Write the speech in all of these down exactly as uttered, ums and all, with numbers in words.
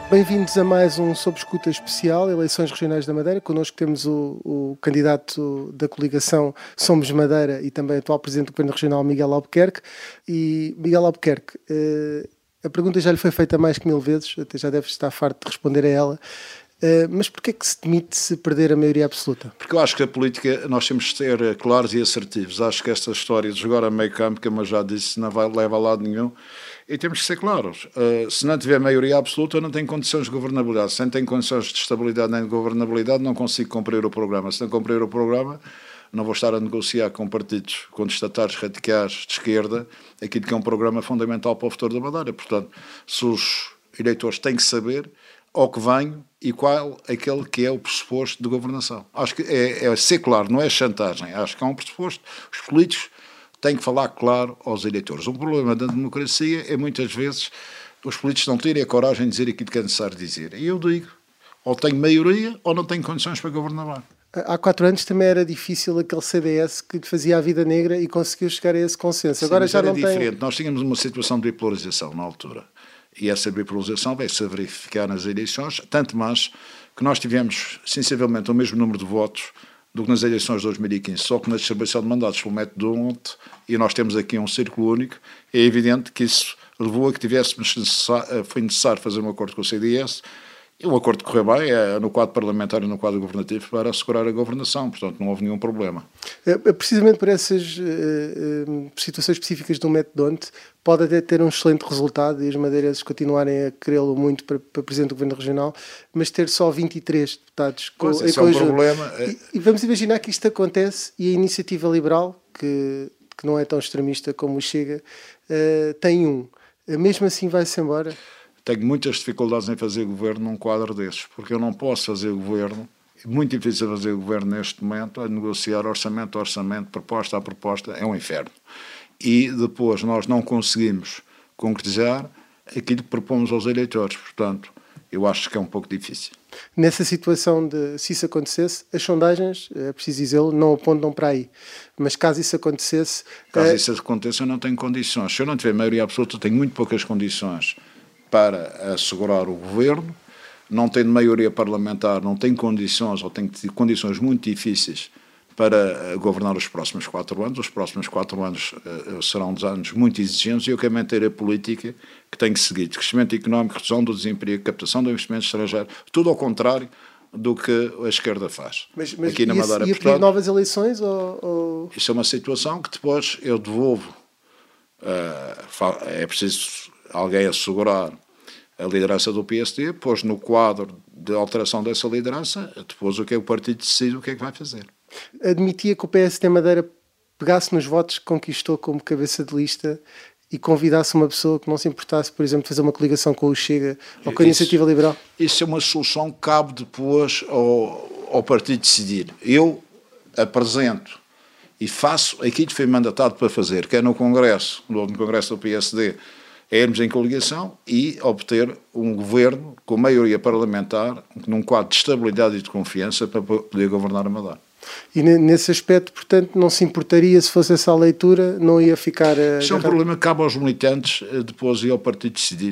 Bem-vindos a mais um Sob Escuta especial, Eleições Regionais da Madeira. Connosco temos o, o candidato da coligação Somos Madeira e também atual Presidente do Governo Regional, Miguel Albuquerque. E, Miguel Albuquerque, eh, a pergunta já lhe foi feita mais que mil vezes, até já deve estar farto de responder a ela, eh, mas porquê é que se demite se perder a maioria absoluta? Porque eu acho que a política, nós temos de ser claros e assertivos. Acho que esta história de jogar a meio campo, como eu já disse, não vai, leva a lado nenhum. E temos que ser claros. Uh, se não tiver maioria absoluta, não tem condições de governabilidade. Se não tem condições de estabilidade nem de governabilidade, não consigo cumprir o programa. Se não cumprir o programa, não vou estar a negociar com partidos contestatários radicais de esquerda aquilo que é um programa fundamental para o futuro da Madeira. Portanto, se os eleitores têm que saber ao que venho e qual aquele que é o pressuposto de governação. Acho que é, é ser claro, não é chantagem. Acho que é um pressuposto. Os políticos tem que falar claro aos eleitores. O problema da democracia é muitas vezes os políticos não terem a coragem de dizer aquilo que é necessário dizer. E eu digo, ou tenho maioria ou não tenho condições para governar. Há quatro anos também era difícil aquele C D S que lhe fazia a vida negra e conseguiu chegar a esse consenso. Sim, agora já era não diferente. tem... Nós tínhamos uma situação de bipolarização na altura. E essa bipolarização vai-se a verificar nas eleições, tanto mais que nós tivemos sensivelmente o mesmo número de votos do que nas eleições de dois mil e quinze, só que na distribuição de mandatos pelo método D'Hondt, e nós temos aqui um círculo único, é evidente que isso levou a que tivéssemos necessário, foi necessário fazer um acordo com o C D S, e um acordo que correu bem é no quadro parlamentar e no quadro governativo para assegurar a governação, portanto não houve nenhum problema. Precisamente por essas uh, uh, situações específicas do método D'Hondt, pode até ter um excelente resultado e os madeirenses continuarem a querê-lo muito para, para Presidente do Governo Regional, mas ter só vinte e três deputados com, pois, em esse é um problema. E, e vamos imaginar que isto acontece e a Iniciativa Liberal, que, que não é tão extremista como o Chega, uh, tem um. Mesmo assim vai-se embora? Tenho muitas dificuldades em fazer governo num quadro desses, porque eu não posso fazer governo, é muito difícil fazer governo neste momento, a negociar orçamento a orçamento, proposta a proposta, é um inferno. E depois nós não conseguimos concretizar aquilo que propomos aos eleitores, portanto, eu acho que é um pouco difícil. Nessa situação de, se isso acontecesse, as sondagens, é preciso dizê-lo, não apontam para aí. Mas caso isso acontecesse... Caso é... isso aconteça, eu não tenho condições. Se eu não tiver maioria absoluta, eu tenho muito poucas condições para assegurar o governo, não tenho maioria parlamentar, não tenho condições, ou tenho condições muito difíceis para governar os próximos quatro anos. Os próximos quatro anos uh, serão dos anos muito exigentes e eu quero manter a política que tenho que seguir. Crescimento económico, redução do desemprego, captação do investimento estrangeiro, tudo ao contrário do que a esquerda faz. Mas, mas aqui na ia, Madeira. ia pedir novas eleições? Ou, ou... Isso é uma situação que depois eu devolvo. Uh, é preciso alguém assegurar a liderança do P S D, depois no quadro de alteração dessa liderança, depois o que é o partido decide o que é que vai fazer. Admitia que o P S D Madeira pegasse nos votos que conquistou como cabeça de lista e convidasse uma pessoa que não se importasse, por exemplo, de fazer uma coligação com o Chega ou com a isso, Iniciativa Liberal? Isso é uma solução que cabe depois ao, ao partido decidir. Eu apresento e faço aquilo que foi mandatado para fazer, quer no Congresso, no Congresso do P S D, é irmos em coligação e obter um governo com maioria parlamentar, num quadro de estabilidade e de confiança para poder governar a Madeira. E nesse aspecto, portanto, não se importaria, se fosse essa a leitura, não ia ficar... Isso é um problema que cabe aos militantes depois e ao partido decidir.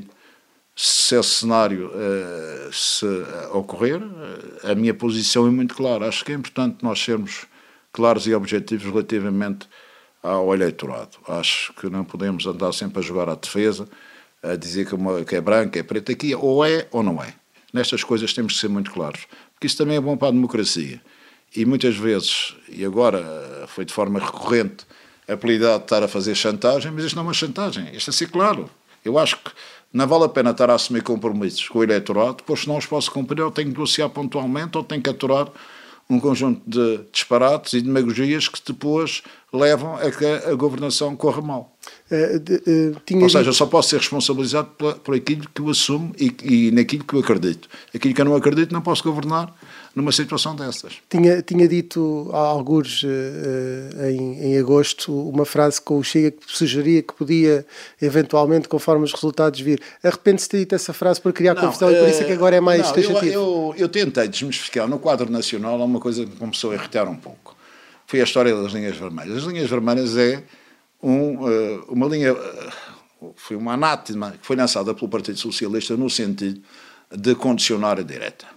Se esse cenário uh, se ocorrer, a minha posição é muito clara. Acho que é importante nós sermos claros e objetivos relativamente ao eleitorado. Acho que não podemos andar sempre a jogar à defesa, a dizer que, uma, que é branco, é preto, aqui ou é ou não é. Nestas coisas temos que ser muito claros, porque isso também é bom para a democracia. E muitas vezes, e agora foi de forma recorrente, apelidado de estar a fazer chantagem, mas isto não é uma chantagem, isto é ser claro. Eu acho que não vale a pena estar a assumir compromissos com o eleitorado, depois se não os posso cumprir, eu tenho que negociar pontualmente ou tenho que aturar um conjunto de disparates e demagogias que depois levam a que a governação corra mal. Uh, de, uh, tinha Ou seja, dito... eu só posso ser responsabilizado por, por aquilo que eu assumo e, e naquilo que eu acredito. Aquilo que eu não acredito não posso governar numa situação dessas. Tinha, tinha dito há algures uh, em, em agosto uma frase com o Chega que sugeria que podia eventualmente, conforme os resultados vir. Arrepende-se de ter dito essa frase para criar não, confusão uh, e por isso é que agora é mais não, taxativo? Eu, eu, eu tentei desmistificar. No quadro nacional há uma coisa que me começou a irritar um pouco. Foi a história das linhas vermelhas. As linhas vermelhas é um, uh, uma linha... Uh, foi uma anátema que foi lançada pelo Partido Socialista no sentido de condicionar a direita.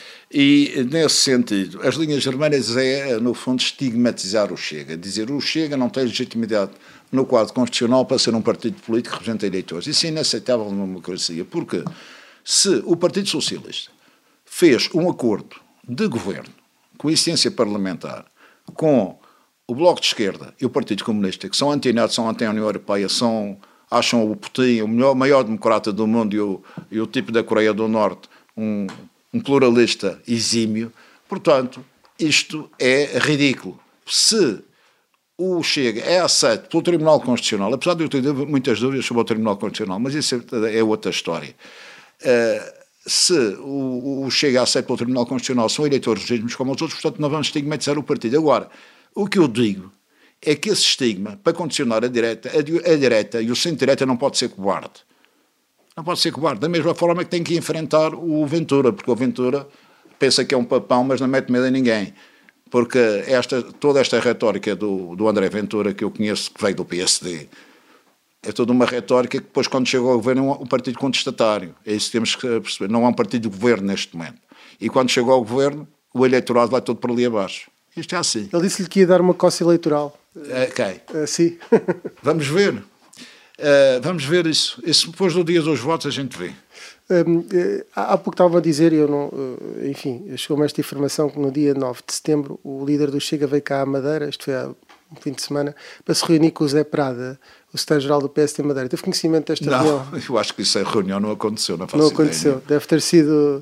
E, nesse sentido, as linhas vermelhas é, no fundo, estigmatizar o Chega. Dizer o Chega não tem legitimidade no quadro constitucional para ser um partido político que representa eleitores. Isso é inaceitável numa democracia, porque se o Partido Socialista fez um acordo de governo com existência parlamentar com o Bloco de Esquerda e o Partido Comunista, que são anti-NATO, são anti-União Europeia, são, acham o Putin o melhor, maior democrata do mundo e o, e o tipo da Coreia do Norte um, um pluralista exímio, portanto, isto é ridículo. Se o Chega é aceito pelo Tribunal Constitucional, apesar de eu ter muitas dúvidas sobre o Tribunal Constitucional, mas isso é outra história. Uh, se o, o Chega é aceito pelo Tribunal Constitucional, são eleitores legítimos como os outros, portanto não vamos estigmatizar o partido. Agora, o que eu digo é que esse estigma, para condicionar a direita, a, a direita e o centro-direita não pode ser cobarde. Não pode ser cobarde. Da mesma forma que tem que enfrentar o Ventura, porque o Ventura pensa que é um papão, mas não mete medo a ninguém. Porque esta, toda esta retórica do, do André Ventura, que eu conheço, que veio do P S D, é toda uma retórica que depois, quando chega ao governo, é um partido contestatário. É isso que temos que perceber. Não é um partido de governo neste momento. E quando chega ao governo, o eleitorado vai todo por ali abaixo. Isto é assim. Ele disse-lhe que ia dar uma coça eleitoral. Uh, quem? Uh, sim. Vamos ver. Uh, vamos ver isso. Isso depois do dia dos votos a gente vê. Um, uh, há pouco estava a dizer, eu não, uh, enfim, chegou-me esta informação que no dia nove de setembro o líder do Chega veio cá à Madeira, isto foi há um fim de semana, para se reunir com o Zé Prada, o secretário-geral do P S D Madeira. Teve conhecimento desta não, reunião? Não, eu acho que isso é reunião, não aconteceu. Não, não aconteceu, ideia, deve ter sido...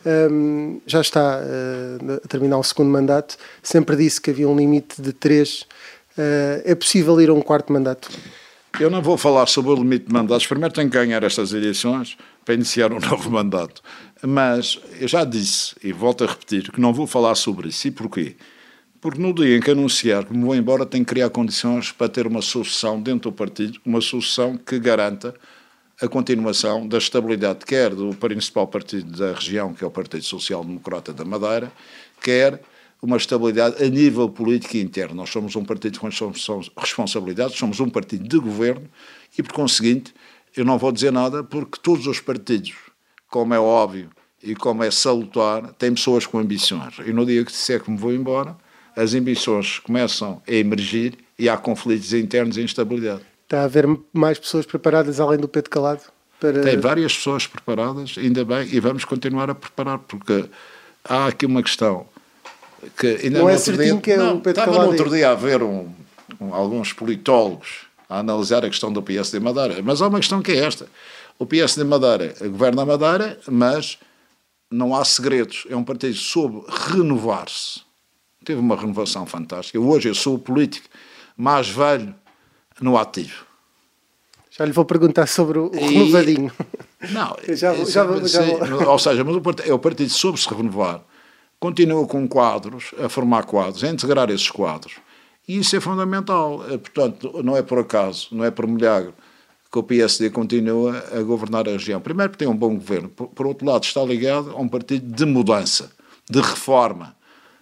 Um, já está uh, a terminar o segundo mandato, sempre disse que havia um limite de três. Uh, é possível ir a um quarto mandato? Eu não vou falar sobre o limite de mandatos. Primeiro tenho que ganhar estas eleições para iniciar um novo mandato. Mas eu já disse, e volto a repetir, que não vou falar sobre isso. E porquê? Porque no dia em que anunciar que me vou embora, tenho que criar condições para ter uma sucessão dentro do partido, uma sucessão que garanta a continuação da estabilidade, quer do principal partido da região, que é o Partido Social Democrata da Madeira, quer uma estabilidade a nível político e interno. Nós somos um partido com responsabilidades, somos um partido de governo e, por conseguinte, eu não vou dizer nada porque todos os partidos, como é óbvio e como é salutar, têm pessoas com ambições. E no dia que disser que me vou embora, as ambições começam a emergir e há conflitos internos e instabilidade. Está a haver mais pessoas preparadas além do Pedro Calado? Para... Tem várias pessoas preparadas, ainda bem, e vamos continuar a preparar, porque há aqui uma questão que ainda não no é outro certinho dia, que é não, o Pedro estava Calado. no outro dia a ver um, um, alguns politólogos a analisar a questão do P S D Madeira, mas há uma questão que é esta. O P S D Madeira governa a Madeira, mas não há segredos. É um partido que soube renovar-se. Teve uma renovação fantástica. Hoje eu sou o político mais velho no ativo. Já lhe vou perguntar sobre o, o e... renovadinho. Não, já vou, já vou, já vou. Ou seja, mas o partido, é o partido soube se renovar, continua com quadros, a formar quadros, a integrar esses quadros. E isso é fundamental. Portanto, não é por acaso, não é por milagre que o P S D continua a governar a região. Primeiro porque tem um bom governo. Por, por outro lado, está ligado a um partido de mudança, de reforma,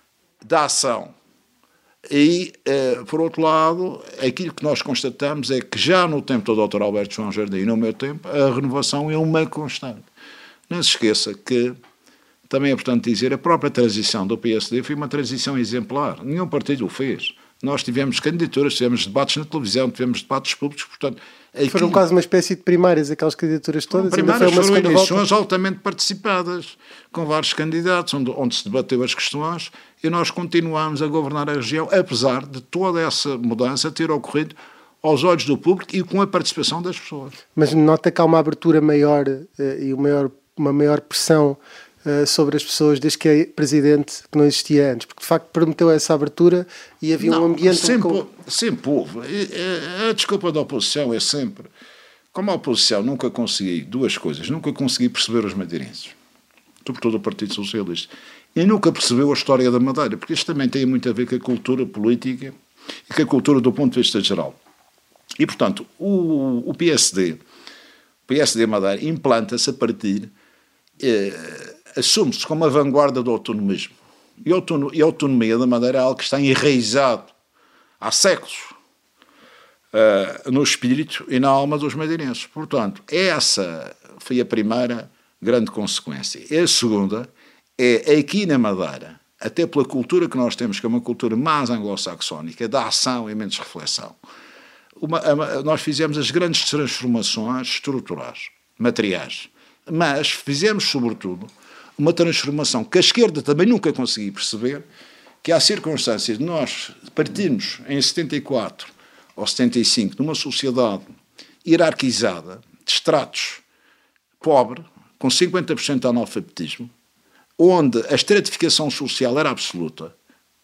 da ação. E, eh, por outro lado, aquilo que nós constatamos é que já no tempo do doutor Alberto João Jardim e no meu tempo, a renovação é uma constante. Não se esqueça que, também é importante dizer, a própria transição do P S D foi uma transição exemplar. Nenhum partido o fez. Nós tivemos candidaturas, tivemos debates na televisão, tivemos debates públicos, portanto... Aqui... Foram quase uma espécie de primárias, aquelas candidaturas todas. Primárias foram eleições altamente participadas, com vários candidatos, onde, onde se debateu as questões, e nós continuamos a governar a região, apesar de toda essa mudança ter ocorrido aos olhos do público e com a participação das pessoas. Mas nota que há uma abertura maior uh, e uma maior, uma maior pressão uh, sobre as pessoas desde que é presidente, que não existia antes, porque de facto prometeu essa abertura e havia não, um ambiente... Sempre, com... sempre houve. A, a desculpa da oposição é sempre... Como a oposição nunca consegui duas coisas, nunca consegui perceber os madeirenses, sobretudo o Partido Socialista, e nunca percebeu a história da Madeira, porque isto também tem muito a ver com a cultura política e com a cultura do ponto de vista geral. E, portanto, o, o P S D, o P S D Madeira, implanta-se a partir, eh, assume-se como a vanguarda do autonomismo. E a autonomia da Madeira é algo que está enraizado há séculos uh, no espírito e na alma dos madeirenses. Portanto, essa foi a primeira grande consequência. E a segunda é, aqui na Madeira, até pela cultura que nós temos, que é uma cultura mais anglo-saxónica, da ação e menos reflexão, uma, a, nós fizemos as grandes transformações estruturais, materiais, mas fizemos, sobretudo, uma transformação que a esquerda também nunca conseguiu perceber, que há circunstâncias de nós partirmos em setenta e quatro ou setenta e cinco de uma sociedade hierarquizada, de estratos pobre, com cinquenta por cento de analfabetismo, onde a estratificação social era absoluta,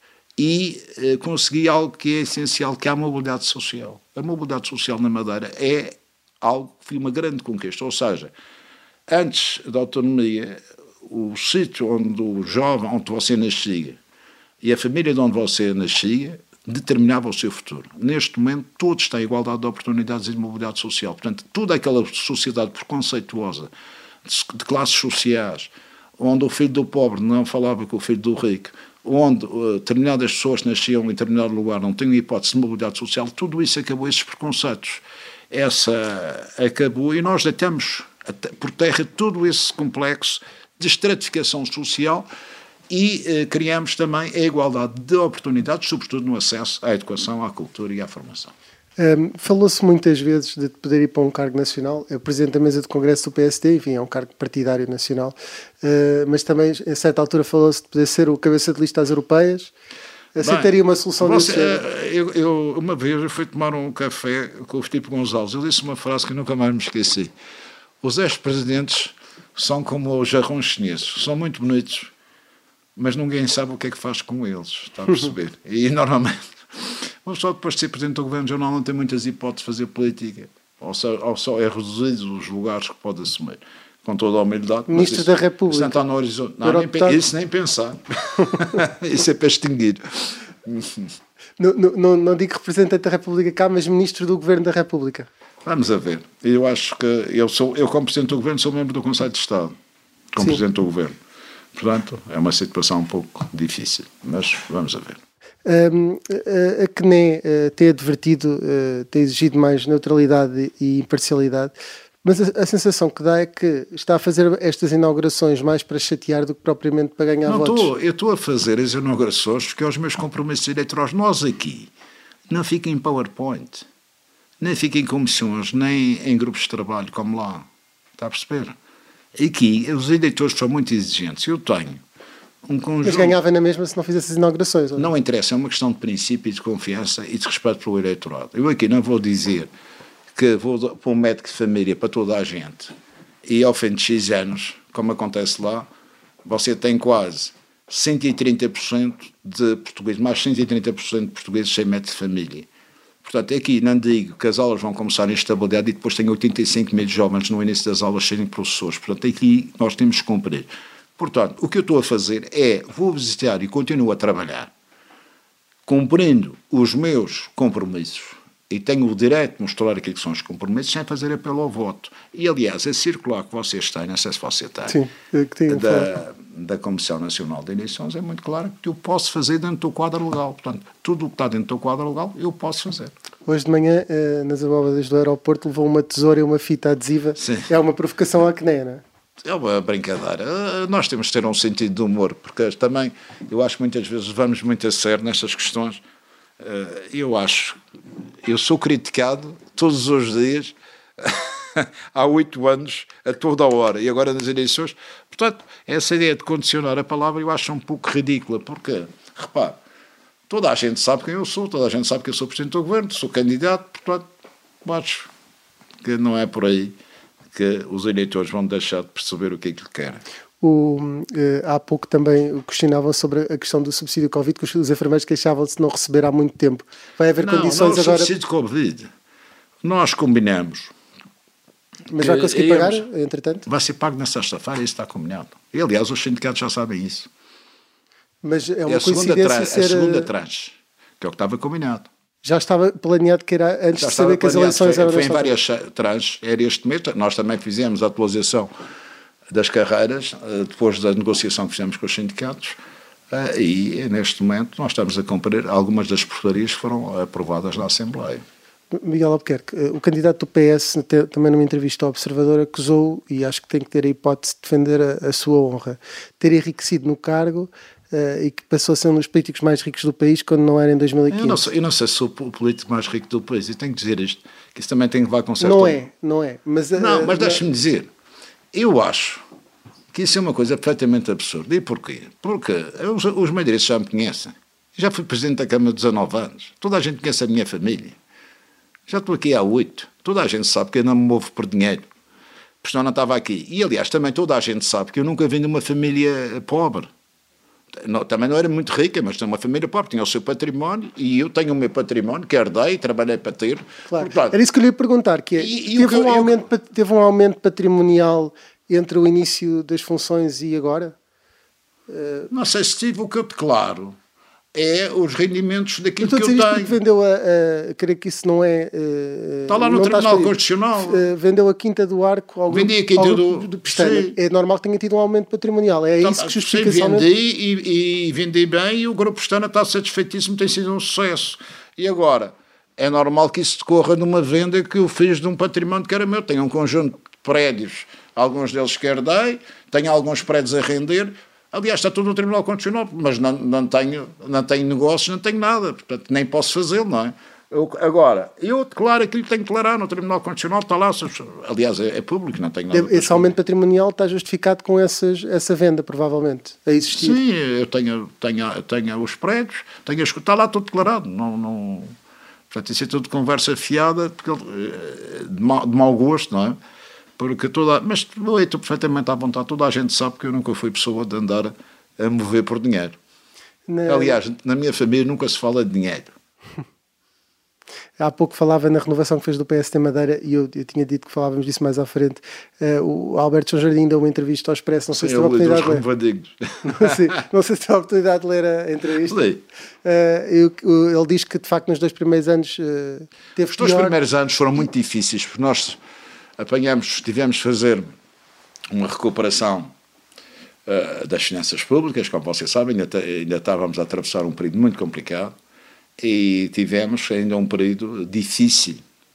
e eh, consegui algo que é essencial, que é a mobilidade social. A mobilidade social na Madeira é algo que foi uma grande conquista, ou seja, antes da autonomia, o sítio onde o jovem, onde você nascia, e a família de onde você nascia, determinava o seu futuro. Neste momento, todos têm igualdade de oportunidades e de mobilidade social. Portanto, toda aquela sociedade preconceituosa, de classes sociais, onde o filho do pobre não falava com o filho do rico, onde uh, determinadas pessoas nasciam em determinado lugar, não tinham hipótese de mobilidade social, tudo isso acabou, esses preconceitos. Essa acabou e nós deitamos por terra todo esse complexo de estratificação social e eh, criamos também a igualdade de oportunidades, sobretudo no acesso à educação, à cultura e à formação. Um, falou-se muitas vezes de poder ir para um cargo nacional. É o Presidente da Mesa de Congresso do P S D, enfim, é um cargo partidário nacional, uh, mas também, a certa altura, falou-se de poder ser o cabeça de lista às europeias. Aceitaria uma solução desse género? Eu, eu, uma vez eu fui tomar um café com o Filipe Gonçalves, ele disse uma frase que eu nunca mais me esqueci. Os ex-presidentes são como os jarrões chineses, são muito bonitos, mas ninguém sabe o que é que faz com eles, está a perceber? E normalmente ou só depois de ser Presidente do Governo Regional não tem muitas hipóteses de fazer política, ou só, ou só é reduzido os lugares que pode assumir, com toda a humildade. Ministro da República. Isso não está no horizonte. Não, nem, isso nem pensar. Isso é para extinguir. Não, não, não digo representante da República cá, mas Ministro do Governo da República. Vamos a ver. Eu acho que eu, sou, eu como Presidente do Governo, sou membro do Conselho de Estado, como Sim. Presidente do Governo. Portanto, é uma situação um pouco difícil, mas vamos a ver. Um, a, a C N E uh, tem advertido, uh, tem exigido mais neutralidade e imparcialidade, mas a, a sensação que dá é que está a fazer estas inaugurações mais para chatear do que propriamente para ganhar não votos. Tô, eu estou a fazer as inaugurações porque é os meus compromissos eleitorais. Nós aqui não fica em PowerPoint, nem fica em comissões, nem em grupos de trabalho como lá. Está a perceber? Aqui os eleitores são muito exigentes. Eu tenho um conjunto... Mas ganhava na mesma se não fizesse as inaugurações? Ou não? Não interessa, é uma questão de princípio e de confiança e de respeito pelo eleitorado. Eu aqui não vou dizer que vou para um médico de família para toda a gente e ao fim de X anos, como acontece lá, você tem quase cento e trinta por cento de portugueses, mais cento e trinta por cento de portugueses sem médico de família. Portanto, aqui não digo que as aulas vão começar em estabilidade e depois tem oitenta e cinco mil jovens no início das aulas serem professores. Portanto, aqui nós temos que cumprir. Portanto, o que eu estou a fazer é, vou visitar e continuo a trabalhar, cumprindo os meus compromissos, e tenho o direito de mostrar aquilo que são os compromissos, sem fazer apelo ao voto. E, aliás, a circular que vocês têm, não sei se você tem, Sim, que da, da Comissão Nacional de Eleições, é muito claro que eu posso fazer dentro do quadro legal. Portanto, tudo o que está dentro do quadro legal, eu posso fazer. Hoje de manhã, nas abóbadas do aeroporto, levou uma tesoura e uma fita adesiva. Sim. É uma provocação à C N E, não é? É uma brincadeira. Nós temos de ter um sentido de humor, porque também, eu acho que muitas vezes vamos muito a sério nestas questões. Eu acho, eu sou criticado todos os dias, há oito anos, a toda a hora, e agora nas eleições. Portanto, essa ideia de condicionar a palavra eu acho um pouco ridícula, porque, repare, toda a gente sabe quem eu sou, toda a gente sabe que eu sou Presidente do Governo, sou candidato, portanto, acho que não é por aí que os eleitores vão deixar de perceber o que é que querem. O, eh, há pouco também questionavam sobre a questão do subsídio Covid, que os enfermeiros queixavam-se de não receber há muito tempo. Vai haver não, condições não, agora... Não, o subsídio Covid, nós combinamos. Mas vai conseguir pagar, entretanto? Vai ser pago na sexta-feira, isso está combinado. E, aliás, os sindicatos já sabem isso. Mas é uma é a coincidência ser... A segunda tranche, que é o que estava combinado. Já estava planeado que era antes Já de saber que as eleições foi, eram... Foi em várias tranches, era este mês. Nós também fizemos a atualização das carreiras, depois da negociação que fizemos com os sindicatos, e neste momento nós estamos a cumprir algumas das portarias que foram aprovadas na Assembleia. Miguel Albuquerque, o candidato do P S, também numa entrevista ao Observador, acusou, e acho que tem que ter a hipótese de defender a, a sua honra, ter enriquecido no cargo uh, e que passou a ser um dos políticos mais ricos do país quando não era em dois mil e quinze. Eu não, sei, eu não sei se sou o político mais rico do país, e tenho que dizer isto, que isso também tem que levar com certo... Não é, não é. Mas, uh, não, mas deixa-me dizer, eu acho que isso é uma coisa perfeitamente absurda. E porquê? Porque os, os madeirenses já me conhecem. Já fui presidente da Câmara há dezanove anos. Toda a gente conhece a minha família. Já estou aqui há oito. Toda a gente sabe que eu não me movo por dinheiro. Porque senão não estava aqui. E, aliás, também toda a gente sabe que eu nunca vim de uma família pobre. Não, também não era muito rica, mas tinha uma família pobre. Tinha o seu património e eu tenho o meu património, que herdei, trabalhei para ter. Claro. Portanto, era isso que eu lhe ia perguntar, que é, e, e teve, eu, um eu, aumento, teve um aumento patrimonial entre o início das funções e agora? Uh... Não sei se tive. O que eu declaro é os rendimentos daquilo eu que eu tenho. Porque vendeu a, a, creio que isso não é... Uh, está lá no Tribunal Constitucional. Uh, vendeu a Quinta do Arco ao Vendi grupo, a Quinta do, do... do Pestana. É normal que tenha tido um aumento patrimonial. É tá, isso que justifica sim, vendi e, e vendi bem e o Grupo Pestana está satisfeitíssimo, tem sido um sucesso. E agora, é normal que isso decorra numa venda que eu fiz de um património que era meu. Tenho um conjunto de prédios, alguns deles que herdei, tenho alguns prédios a render. Aliás, está tudo no Tribunal Constitucional, mas não, não, tenho, não tenho negócios, não tenho nada, portanto nem posso fazê-lo, não é? Eu, agora, eu declaro aquilo que tenho que declarar no Tribunal Constitucional, está lá, aliás, é, é público, não tenho nada. Esse aumento patrimonial está justificado com essas, essa venda, provavelmente, a existir. Sim, eu tenho, tenho, tenho os prédios, tenho as, está lá tudo declarado, não... não portanto, isso é tudo conversa fiada, porque, de, mau, de mau gosto, não é? Porque toda, mas eu estou perfeitamente à vontade, toda a gente sabe que eu nunca fui pessoa de andar a, a mover por dinheiro. Não. Aliás, na minha família nunca se fala de dinheiro. Há pouco falava na renovação que fez do P S de Madeira e eu, eu tinha dito que falávamos disso mais à frente. Uh, o Alberto João Jardim deu uma entrevista ao Expresso, não sei Sim, se teve a oportunidade de ler. Não sei, não sei se teve a oportunidade de ler a entrevista. Li. Uh, eu, ele diz que de facto nos dois primeiros anos uh, teve Os dois pior... primeiros anos foram muito difíceis, porque nós apanhamos, tivemos de fazer uma recuperação uh, das finanças públicas, como vocês sabem, ainda, ainda estávamos a atravessar um período muito complicado e tivemos ainda um período difícil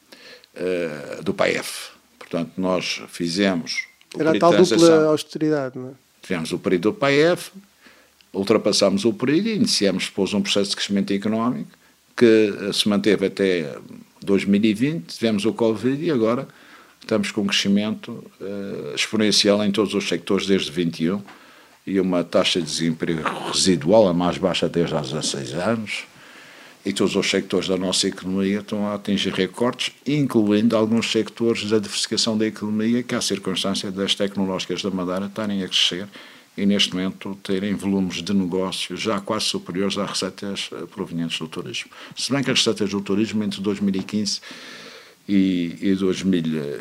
uh, do P A E F. Portanto, nós fizemos... O Era a tal dupla austeridade, não é? Tivemos o período do P A E F, ultrapassámos o período e iniciamos depois um processo de crescimento económico que uh, se manteve até dois mil e vinte, tivemos o Covid e agora... Estamos com um crescimento uh, exponencial em todos os sectores desde vinte e um e uma taxa de desemprego residual, a mais baixa desde há dezasseis anos, e todos os sectores da nossa economia estão a atingir recordes, incluindo alguns sectores da diversificação da economia, que há circunstância das tecnológicas da Madeira estarem a crescer e neste momento terem volumes de negócio já quase superiores às receitas provenientes do turismo. Se bem que as receitas do turismo entre dois mil e quinze e, e dois mil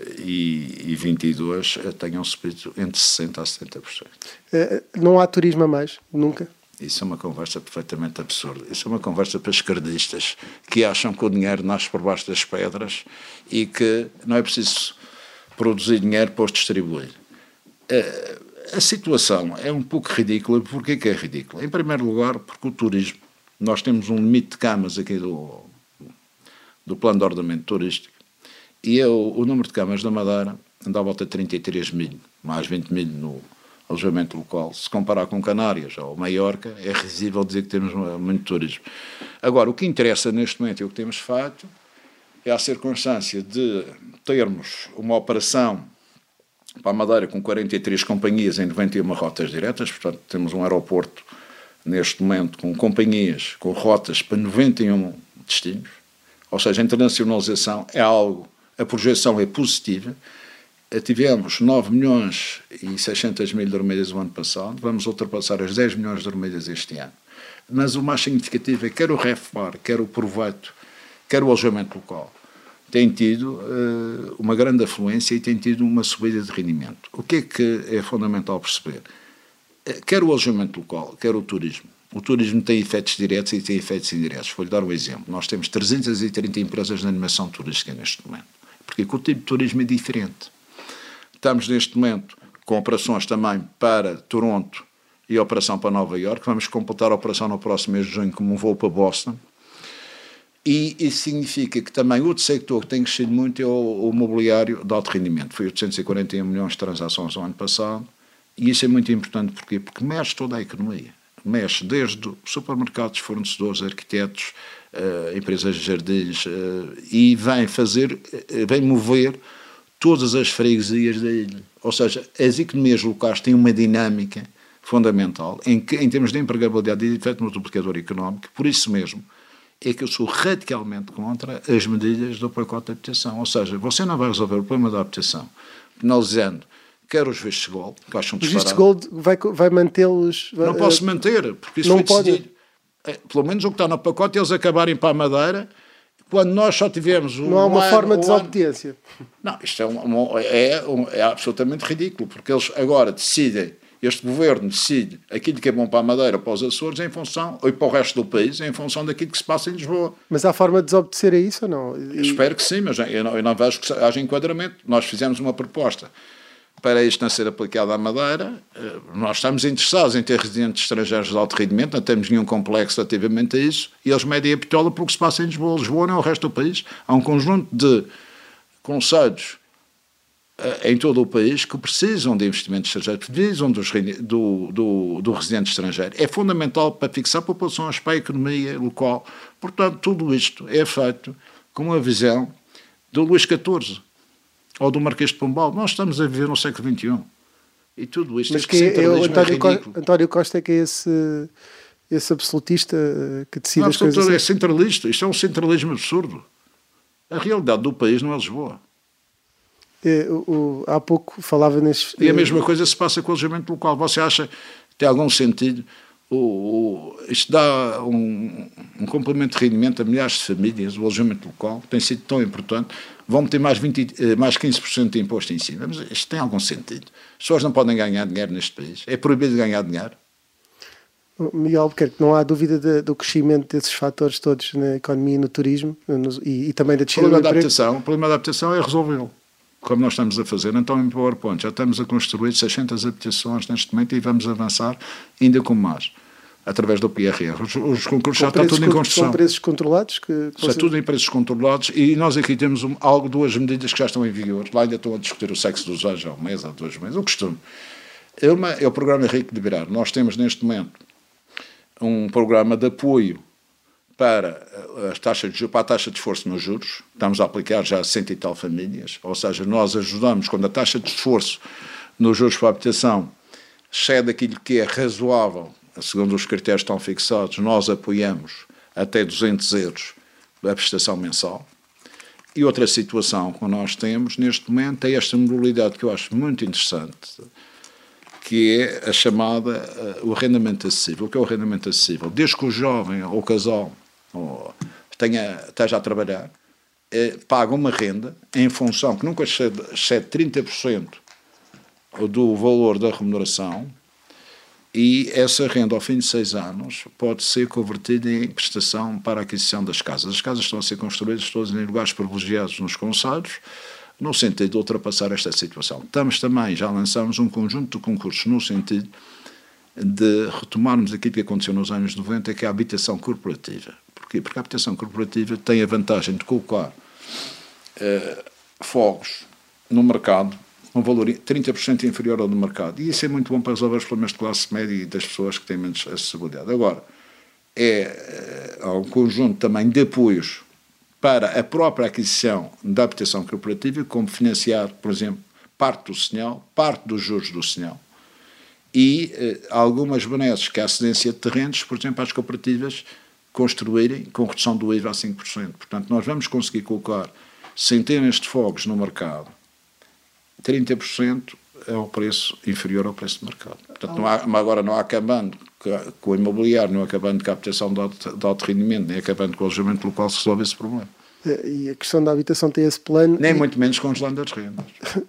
e vinte e dois tenham subido entre sessenta por cento a setenta por cento. Não há turismo a mais? Nunca? Isso é uma conversa perfeitamente absurda. Isso é uma conversa para esquerdistas que acham que o dinheiro nasce por baixo das pedras e que não é preciso produzir dinheiro para os distribuir. A situação é um pouco ridícula. Porquê que é ridícula? Em primeiro lugar, porque o turismo, nós temos um limite de camas aqui do, do plano de ordenamento turístico e eu, o número de camas da Madeira anda à volta de trinta e três mil, mais vinte mil no alojamento local. Se comparar com Canárias ou Maiorca, é risível dizer que temos muito turismo. Agora, o que interessa neste momento e o que temos feito é a circunstância de termos uma operação para a Madeira com quarenta e três companhias em noventa e uma rotas diretas, portanto temos um aeroporto neste momento com companhias, com rotas para noventa e um destinos, ou seja, a internacionalização é algo, a projeção é positiva. Tivemos nove milhões e seiscentos mil dormidas o ano passado, vamos ultrapassar as dez milhões de dormidas este ano. Mas o mais significativo é que quer o REFPAR, quer o proveito, quer o alojamento local, tem tido uh, uma grande afluência e tem tido uma subida de rendimento. O que é que é fundamental perceber? Quer o alojamento local, quer o turismo. O turismo tem efeitos diretos e tem efeitos indiretos. Vou-lhe dar um exemplo. Nós temos trezentas e trinta empresas de animação turística neste momento. Porque o tipo de turismo é diferente. Estamos neste momento com operações também para Toronto e operação para Nova Iorque. Vamos completar a operação no próximo mês de junho como um voo para Boston. E isso significa que também outro sector que tem crescido muito é o, o mobiliário de alto rendimento. Foi oitocentos e quarenta e um milhões de transações no ano passado. E isso é muito importante. Porquê? Porque mexe toda a economia. Mexe desde supermercados, fornecedores, arquitetos, uh, empresas de jardins, uh, e vem fazer, uh, vem mover todas as freguesias da ilha. Ou seja, as economias locais têm uma dinâmica fundamental em que, em termos de empregabilidade e de efeito multiplicador económico, por isso mesmo, é que eu sou radicalmente contra as medidas do pacote de habitação. Ou seja, você não vai resolver o problema da habitação penalizando quer os vistos gold, que acham Os vistos gold vai, vai mantê-los... Não posso manter, porque isso não foi pode... decidido. É, pelo menos o que está no pacote, eles acabarem para a Madeira, quando nós só tivemos... Um não há uma ano, forma um de desobediência. Ano... Não, isto é, um, é, um, é absolutamente ridículo, porque eles agora decidem, este governo decide aquilo que é bom para a Madeira, para os Açores, em função, ou para o resto do país, em função daquilo que se passa em Lisboa. Mas há forma de desobedecer a isso ou não? E... Eu espero que sim, mas eu não, eu não vejo que haja enquadramento. Nós fizemos uma proposta para isto não ser aplicado à Madeira. Nós estamos interessados em ter residentes estrangeiros de alto rendimento, não temos nenhum complexo relativamente a isso, e eles medem a pitola pelo que se passa em Lisboa. Lisboa não é o resto do país. Há um conjunto de concelhos em todo o país que precisam de investimentos estrangeiros, precisam dos, do, do, do residente estrangeiro. É fundamental para fixar populações, para a economia local. Portanto, tudo isto é feito com a visão do Luís catorze. Ou do Marquês de Pombal. Nós estamos a viver no século vinte e um. E tudo isto... Mas que é, o António, é Costa, António Costa é que é esse, esse absolutista que decide não, as coisas... é centralista. Isto é um centralismo absurdo. A realidade do país não é Lisboa. É, o, o, há pouco falava nesses... E a mesma coisa se passa com o alojamento local. Você acha que tem algum sentido... O, o, isto dá um, um complemento de rendimento a milhares de famílias, o alojamento local tem sido tão importante, vão ter mais, vinte, mais quinze por cento de imposto em cima. Mas isto tem algum sentido? As pessoas não podem ganhar dinheiro neste país. É proibido ganhar dinheiro. Miguel Albuquerque, não há dúvida de, do crescimento desses fatores todos na economia e no turismo no, e, e também da descida do emprego. O problema da adaptação é resolvê-lo, como nós estamos a fazer. Então, em PowerPoint, já estamos a construir seiscentas habitações neste momento e vamos avançar ainda com mais, através do P R R. Os, os concursos já estão tudo em construção. São preços controlados? Que, que está você... tudo em preços controlados e nós aqui temos um, algo, duas medidas que já estão em vigor. Lá ainda estão a discutir o sexo dos anjos há um mês, há dois meses, o costume. Uma é o programa Henrique de Virar. Nós temos neste momento um programa de apoio para, as taxas de, para a taxa de esforço nos juros. Estamos a aplicar já a cento e tal famílias, ou seja, nós ajudamos quando a taxa de esforço nos juros para a habitação excede aquilo que é razoável, segundo os critérios que estão fixados, nós apoiamos até duzentos euros a prestação mensal. E outra situação que nós temos neste momento é esta modalidade que eu acho muito interessante, que é a chamada uh, o arrendamento acessível. O que é o arrendamento acessível? Desde que o jovem ou o casal ou tenha, esteja a trabalhar, eh, paga uma renda em função que nunca excede, excede trinta por cento do valor da remuneração, e essa renda, ao fim de seis anos, pode ser convertida em prestação para a aquisição das casas. As casas estão a ser construídas todas em lugares privilegiados nos concelhos, no sentido de ultrapassar esta situação. Estamos também, já lançamos um conjunto de concursos no sentido de retomarmos aquilo que aconteceu nos anos noventa, que é a habitação corporativa. Porquê? Porque a habitação corporativa tem a vantagem de colocar eh, fogos no mercado um valor trinta por cento inferior ao do mercado. E isso é muito bom para resolver os problemas de classe média e das pessoas que têm menos acessibilidade. Agora, é, há um conjunto também de apoios para a própria aquisição da habitação corporativa, como financiar, por exemplo, parte do sinal, parte dos juros do sinal, e eh, algumas benesses que a cedência de terrenos, por exemplo, às cooperativas construírem com redução do I V A a cinco por cento. Portanto, nós vamos conseguir colocar centenas de fogos no mercado, trinta por cento é o preço inferior ao preço de mercado. Portanto, não há, agora não há acabando com o imobiliário, não há acabando com a habitação de alto, de alto rendimento, nem acabando com o alojamento local, se resolve esse problema. E a questão da habitação tem esse plano... Nem e... muito menos congelando as rendas.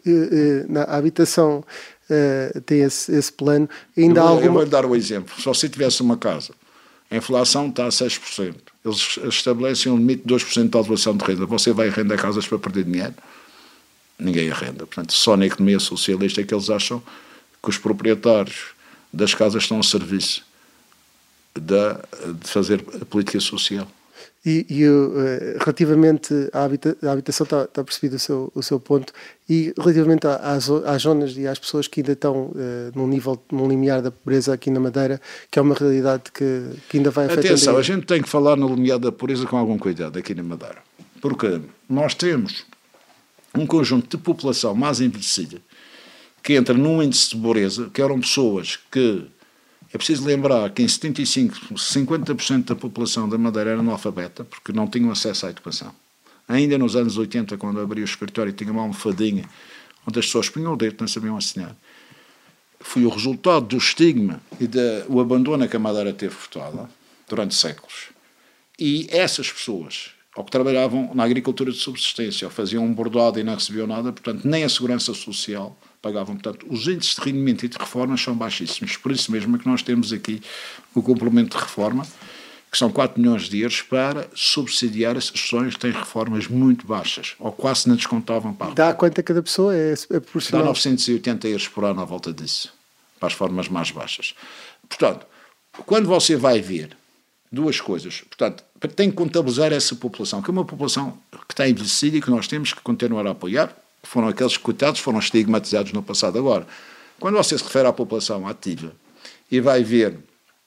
A habitação uh, tem esse, esse plano. Ainda eu, há vou, alguma... eu vou-lhe dar o exemplo. Se você tivesse uma casa, a inflação está a seis por cento. Eles estabelecem um limite de dois por cento de elevação de renda. Você vai arrendar casas para perder dinheiro? Ninguém arrenda. Portanto, só na economia socialista é que eles acham que os proprietários das casas estão a serviço de, de fazer a política social. E, e uh, relativamente à, habita à habitação, está, está percebido o seu, o seu ponto, e relativamente às, às zonas e às pessoas que ainda estão uh, num nível, num limiar da pobreza aqui na Madeira, que é uma realidade que, que ainda vai afetando... Atenção, a gente tem que falar no limiar da pobreza com algum cuidado aqui na Madeira, porque nós temos um conjunto de população mais envelhecida que entra num índice de pobreza, que eram pessoas que... É preciso lembrar que em setenta e cinco, cinquenta por cento da população da Madeira era analfabeta, porque não tinham acesso à educação. Ainda nos anos oitenta, quando abri o escritório, tinha uma almofadinha onde as pessoas punham o dedo, não sabiam assinar. Foi o resultado do estigma e do abandono que a Madeira teve furtada durante séculos. E essas pessoas, ou que trabalhavam na agricultura de subsistência, ou faziam um bordado e não recebiam nada, portanto, nem a segurança social pagavam. Portanto, os índices de rendimento e de reformas são baixíssimos. Por isso mesmo é que nós temos aqui o complemento de reforma, que são quatro milhões de euros para subsidiar essas pessoas que têm reformas muito baixas, ou quase não descontavam para a Dá quanto a cada pessoa? É, é proporcional? Dá novecentos e oitenta euros por ano à volta disso, para as formas mais baixas. Portanto, quando você vai ver duas coisas, portanto, tem que contabilizar essa população, que é uma população que está envelhecida e que nós temos que continuar a apoiar. Foram aqueles que, coitados, foram estigmatizados no passado. Agora, quando você se refere à população ativa e vai ver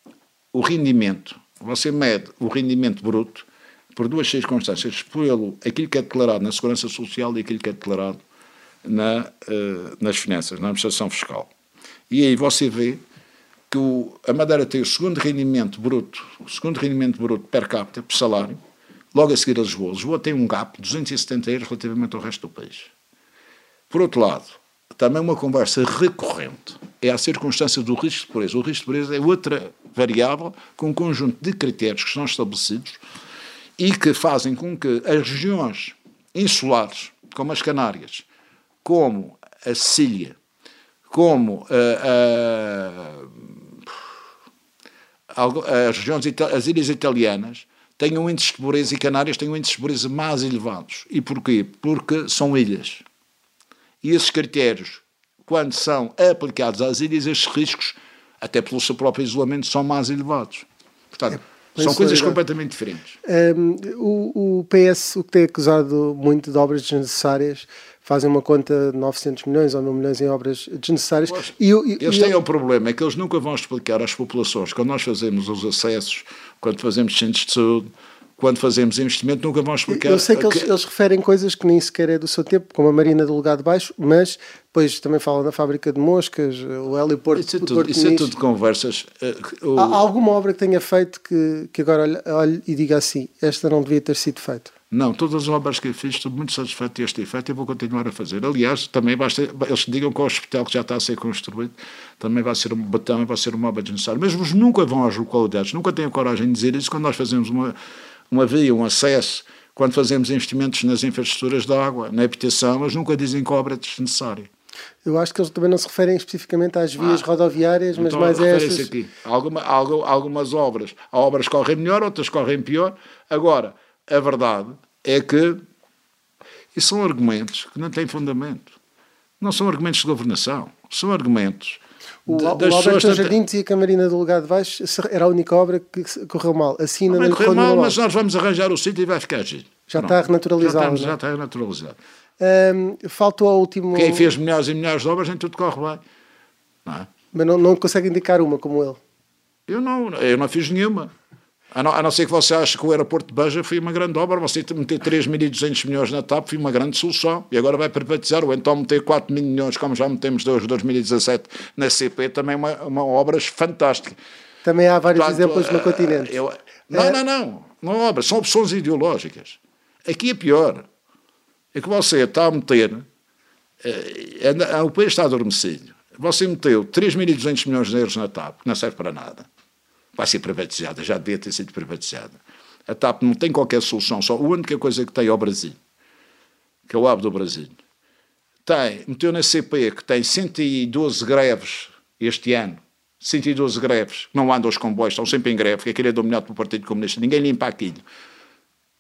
o rendimento, você mede o rendimento bruto por duas circunstâncias, pelo aquilo que é declarado na Segurança Social e aquilo que é declarado na, uh, nas finanças, na administração fiscal. E aí você vê que o, a Madeira tem o segundo rendimento bruto, o segundo rendimento bruto per capita, por salário, logo a seguir a Lisboa. Lisboa tem um gap de duzentos e setenta euros relativamente ao resto do país. Por outro lado, também uma conversa recorrente é a circunstância do risco de pobreza. O risco de pobreza é outra variável com um conjunto de critérios que são estabelecidos e que fazem com que as regiões insulares, como as Canárias, como a Sicília, como a, a, as, regiões, as ilhas italianas, tenham um índice de pobreza e Canárias têm um índice de pobreza mais elevados. E porquê? Porque são ilhas. E esses critérios, quando são aplicados às ilhas, esses riscos, até pelo seu próprio isolamento, são mais elevados. Portanto, é, são coisas completamente diferentes. Um, o, o P S, o que tem acusado muito de obras desnecessárias, fazem uma conta de novecentos milhões ou mil milhões em obras desnecessárias. Pois, e, e, eles e têm eu... um problema, é que eles nunca vão explicar às populações, quando nós fazemos os acessos, quando fazemos centros de saúde, quando fazemos investimento, nunca vão explicar... Eu sei que, que... Eles, eles referem coisas que nem sequer é do seu tempo, como a Marina do Lugar de Baixo, mas depois também falam da fábrica de moscas, o heliporto... Isso é tudo, isso é tudo conversas... Uh, o... Há alguma obra que tenha feito que, que agora olhe, olhe e diga assim, esta não devia ter sido feita? Não, todas as obras que eu fiz, estou muito satisfeito deste efeito e vou continuar a fazer. Aliás, também basta, eles digam que o hospital que já está a ser construído também vai ser um batão e vai ser uma obra desnecessária. Mas eles nunca vão às localidades, nunca têm a coragem de dizer isso quando nós fazemos uma... uma via, um acesso, quando fazemos investimentos nas infraestruturas de água, na habitação, eles nunca dizem que a obra é desnecessária. Eu acho que eles também não se referem especificamente às vias ah, rodoviárias, mas então, mais a estas... aqui. Alguma, algumas obras, há obras que correm melhor, outras correm pior. Agora, a verdade é que isso são argumentos que não têm fundamento. Não são argumentos de governação, são argumentos... O, o Alberto Jardim dizia que a Marina do Lugar de Baixo era a única obra que correu mal. Assim não, não correu mal, mal, mas nós vamos arranjar o sítio e vai ficar giro. Já Pronto. Está renaturalizado. Já, já está renaturalizado. Um, faltou ao último... Quem fez milhares e milhares de obras, nem tudo corre bem. Não é? Mas não, não consegue indicar uma como ele? Eu não, eu não fiz nenhuma. A não, a não ser que você ache que o aeroporto de Beja foi uma grande obra, você meter três mil e duzentos milhões na TAP foi uma grande solução, e agora vai privatizar, ou então meter quatro mil milhões, como já metemos desde dois mil e dezassete na C P, também uma, uma obra fantástica. Também há vários Portanto, exemplos no continente. Eu, não, é... não, não, não é obra, são opções ideológicas. Aqui é pior, é que você está a meter, é, é, o país está adormecido, você meteu três mil e duzentos milhões de euros na TAP, que não serve para nada. Vai ser privatizada, já devia ter sido privatizada. A TAP não tem qualquer solução, só a única coisa que tem é o Brasil, que é o hub do Brasil. Tem, meteu na C P, que tem cento e doze greves este ano, cento e doze greves, que não andam os comboios, estão sempre em greve, que aquilo é dominado pelo Partido Comunista, ninguém limpa aquilo.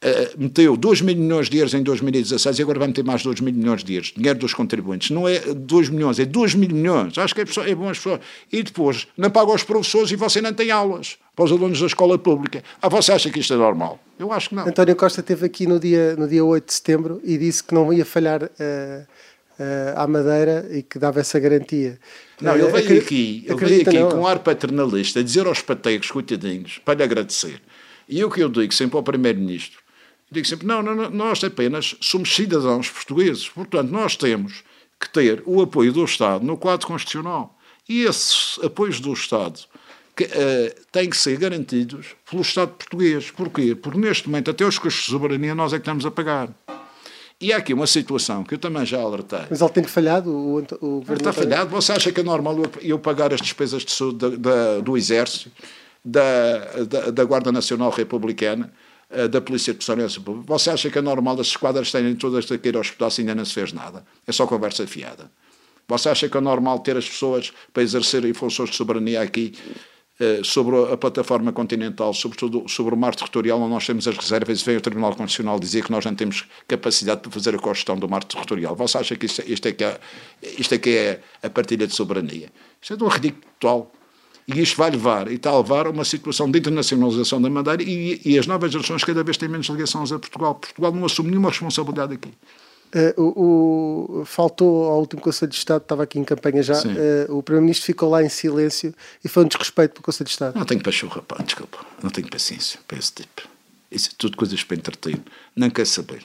uh, meteu dois mil milhões de euros em dois mil e dezasseis e agora vai meter mais dois mil milhões de euros, dinheiro dos contribuintes. Não é dois milhões, é dois mil milhões. Acho que é, pessoa, é bom as pessoas. E depois, não paga aos professores e você não tem aulas para os alunos da escola pública. Ah, você acha que isto é normal? Eu acho que não. António Costa esteve aqui no dia, no dia oito de setembro e disse que não ia falhar... Uh... Uh, à Madeira e que dava essa garantia. Não, ele veio Acredita, aqui, ele veio aqui com um ar paternalista, a dizer aos pateiros, coitadinhos, para lhe agradecer. E o que eu digo sempre ao Primeiro-Ministro, digo sempre, não, não, nós apenas somos cidadãos portugueses, portanto nós temos que ter o apoio do Estado no quadro constitucional. E esses apoios do Estado que, uh, têm que ser garantidos pelo Estado português. Porquê? Porque neste momento até os custos de soberania nós é que estamos a pagar. E há aqui uma situação que eu também já alertei. Mas ele tem falhado? O, o governo está falhado? Você acha que é normal eu, eu pagar as despesas de saúde da, da, do Exército, da, da, da Guarda Nacional Republicana, da Polícia de Segurança Pública? Você acha que é normal as esquadras terem todas a ir ao hospital se ainda não se fez nada? É só conversa fiada. Você acha que é normal ter as pessoas para exercerem funções de soberania aqui sobre a plataforma continental, sobretudo sobre o mar territorial, onde nós temos as reservas, e vem o Tribunal Constitucional dizer que nós não temos capacidade para fazer a cogestão do mar territorial? Você acha que isto, isto, é, que é, isto é que é a partilha de soberania? Isto é de um ridículo total. E isto vai levar, e está a levar a uma situação de internacionalização da Madeira, e, e as novas gerações cada vez têm menos ligações a Portugal. Portugal não assume nenhuma responsabilidade aqui. Uh, o, o, faltou ao último Conselho de Estado, estava aqui em campanha já, uh, o Primeiro-Ministro ficou lá em silêncio e foi um desrespeito para o Conselho de Estado. Não tenho pachorra, pá, desculpa, não tenho paciência para esse tipo. Isso é tudo coisas para entreter, não quer saber.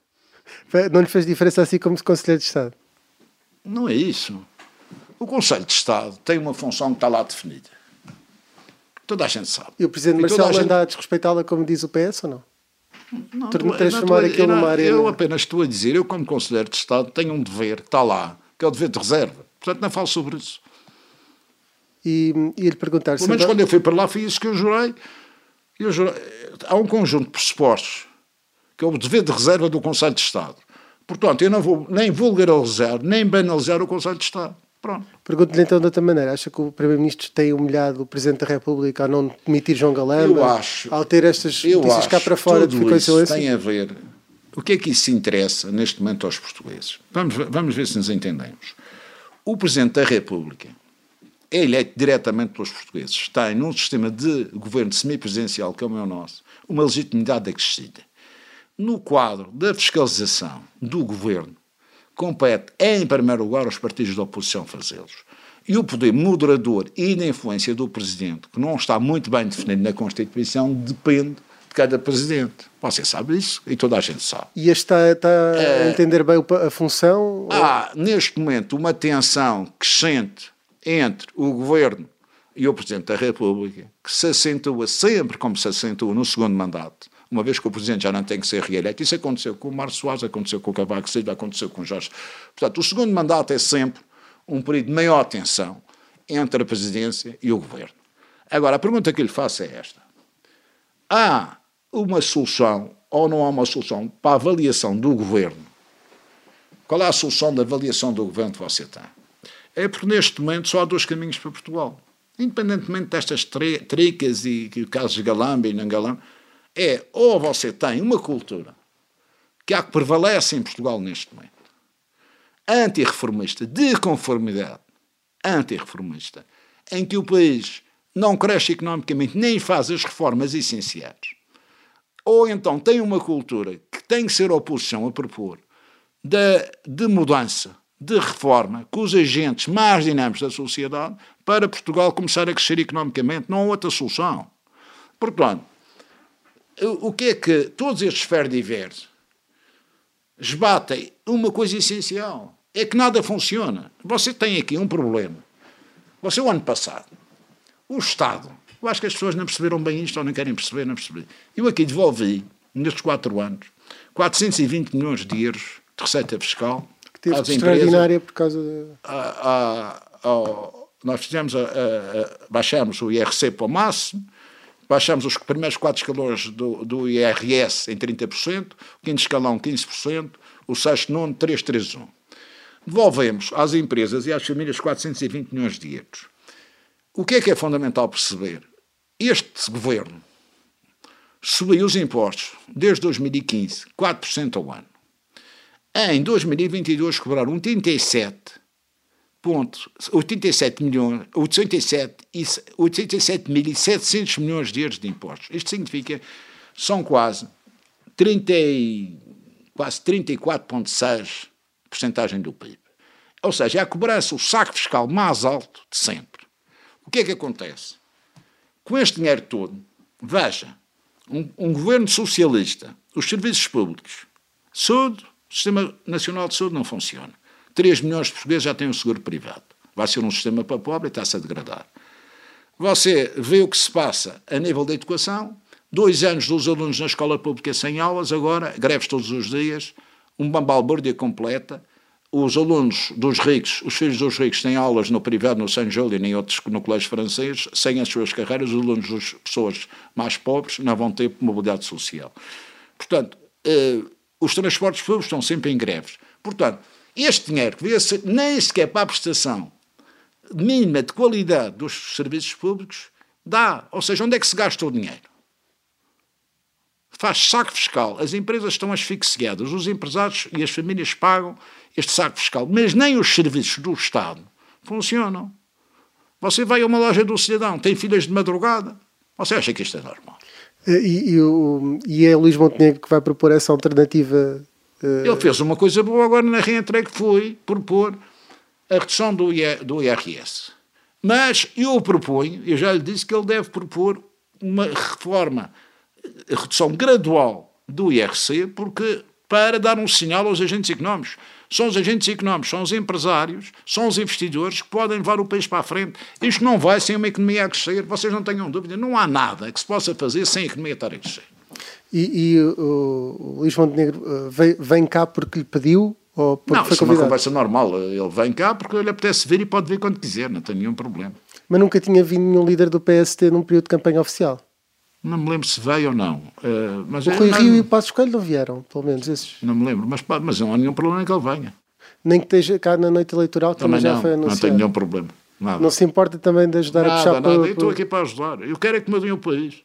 Não lhe fez diferença assim como Conselheiro de Estado? Não é isso. O Conselho de Estado tem uma função que está lá definida. Toda a gente sabe. E o Presidente e Marcelo anda gente... a desrespeitá-la como diz o P S ou não? Não, transformar não, aquilo não, numa arena. Eu apenas estou a dizer, eu como Conselheiro de Estado tenho um dever, está lá, que é o dever de reserva. Portanto, não falo sobre isso. E ia-lhe perguntar... Pelo menos quando eu fui para lá, foi isso que eu jurei. eu jurei. Há um conjunto de pressupostos, que é o dever de reserva do Conselho de Estado. Portanto, eu não vou nem vulgarizar, nem banalizar o Conselho de Estado. Pronto. Pergunto-lhe então de outra maneira. Acha que o Primeiro-Ministro tem humilhado o Presidente da República ao não demitir João Galamba? Eu acho. Ao ter estas eu notícias acho, cá para fora de ficou em silêncio? Tem a ver. O que é que isso interessa neste momento aos portugueses? Vamos, vamos ver se nos entendemos. O Presidente da República é eleito diretamente pelos portugueses. Tem, num sistema de governo semipresidencial, que é o meu nosso, uma legitimidade acrescida. No quadro da fiscalização do governo, compete, em primeiro lugar, aos partidos da oposição fazê-los. E o poder moderador e de influência do Presidente, que não está muito bem definido na Constituição, depende de cada Presidente. Você sabe isso e toda a gente sabe. E este está, está a entender bem a função? Há, ou... neste momento, uma tensão crescente entre o Governo e o Presidente da República, que se acentua sempre como se acentua no segundo mandato, uma vez que o Presidente já não tem que ser reeleito. Isso aconteceu com o Mário Soares, aconteceu com o Cavaco Silva, aconteceu com o Jorge. Portanto, o segundo mandato é sempre um período de maior tensão entre a Presidência e o Governo. Agora, a pergunta que lhe faço é esta. Há uma solução ou não há uma solução para a avaliação do Governo? Qual é a solução da avaliação do Governo que você tem? É porque neste momento só há dois caminhos para Portugal. Independentemente destas tricas e, e casos de Galamba e não Galamba, é ou você tem uma cultura que há que prevalece em Portugal neste momento, antirreformista, de conformidade, antirreformista, em que o país não cresce economicamente nem faz as reformas essenciais, ou então tem uma cultura que tem que ser a oposição a propor de, de mudança, de reforma, com os agentes mais dinâmicos da sociedade, para Portugal começar a crescer economicamente. Não há outra solução. Portanto, o que é que todos estes ferdivers esbatem uma coisa essencial? É que nada funciona. Você tem aqui um problema. Você, o ano passado, o Estado, eu acho que as pessoas não perceberam bem isto ou não querem perceber, não perceber. Eu aqui devolvi, nestes quatro anos, quatrocentos e vinte milhões de euros de receita fiscal que teve às extraordinária empresas, por causa de... a, a, a, nós fizemos a, a, a, baixamos o I R C para o máximo, baixamos os primeiros quatro escalões do, do I R S em trinta por cento, o quinto escalão quinze por cento, o sexto nono três três um. Devolvemos às empresas e às famílias quatrocentos e vinte milhões de euros. O que é que é fundamental perceber? Este governo subiu os impostos desde dois mil e quinze, quatro por cento ao ano. Em dois mil e vinte e dois cobraram oitenta e sete milhões, oitenta e sete mil e setecentos milhões de euros de impostos. Isto significa são quase trinta, quase trinta e quatro vírgula seis por cento do P I B. Ou seja, é a cobrança, o saco fiscal mais alto de sempre. O que é que acontece? Com este dinheiro todo, veja, um, um governo socialista, os serviços públicos, saúde, o Sistema Nacional de Saúde não funciona. três milhões de portugueses já têm um seguro privado. Vai ser um sistema para pobre e está-se a degradar. Você vê o que se passa a nível da educação, dois anos dos alunos na escola pública sem aulas, agora, greves todos os dias, um balbúrdia completa. Os alunos dos ricos, os filhos dos ricos têm aulas no privado, no Saint Julien e outros no colégio francês, sem as suas carreiras, os alunos das pessoas mais pobres não vão ter mobilidade social. Portanto, eh, os transportes públicos estão sempre em greves. Portanto, este dinheiro que devia ser nem sequer para a prestação mínima de qualidade dos serviços públicos, dá. Ou seja, onde é que se gasta o dinheiro? Faz saco fiscal. As empresas estão asfixiadas, os empresários e as famílias pagam este saco fiscal, mas nem os serviços do Estado funcionam. Você vai a uma loja do cidadão, tem filas de madrugada, você acha que isto é normal? E, e, o, e é Luís Montenegro que vai propor essa alternativa? Uh... Ele fez uma coisa boa agora na reentrega, que foi propor a redução do, do I R S. Mas eu proponho, eu já lhe disse que ele deve propor uma reforma, a redução gradual do I R C, porque para dar um sinal aos agentes económicos. São os agentes económicos, são os empresários, são os investidores que podem levar o país para a frente. Isto não vai sem uma economia a crescer, vocês não tenham dúvida, não há nada que se possa fazer sem a economia estar a crescer. E, e o, o Luís Montenegro vem, vem cá porque lhe pediu? Ou porque não, foi isso é convidado? uma conversa normal. Ele vem cá porque ele apetece vir e pode vir quando quiser, não tem nenhum problema. Mas nunca tinha vindo nenhum líder do P S T num período de campanha oficial? Não me lembro se veio ou não. Uh, mas o Rui não, Rio e o Passos Coelho não vieram, pelo menos esses. Não me lembro, mas, mas não há nenhum problema que ele venha. Nem que esteja cá na noite eleitoral, também, também já não, foi anunciado. Não tenho nenhum problema. Nada. Não se importa também de ajudar nada, a puxar nada. para... Nada, eu estou aqui para ajudar. Eu quero é que mudem o país.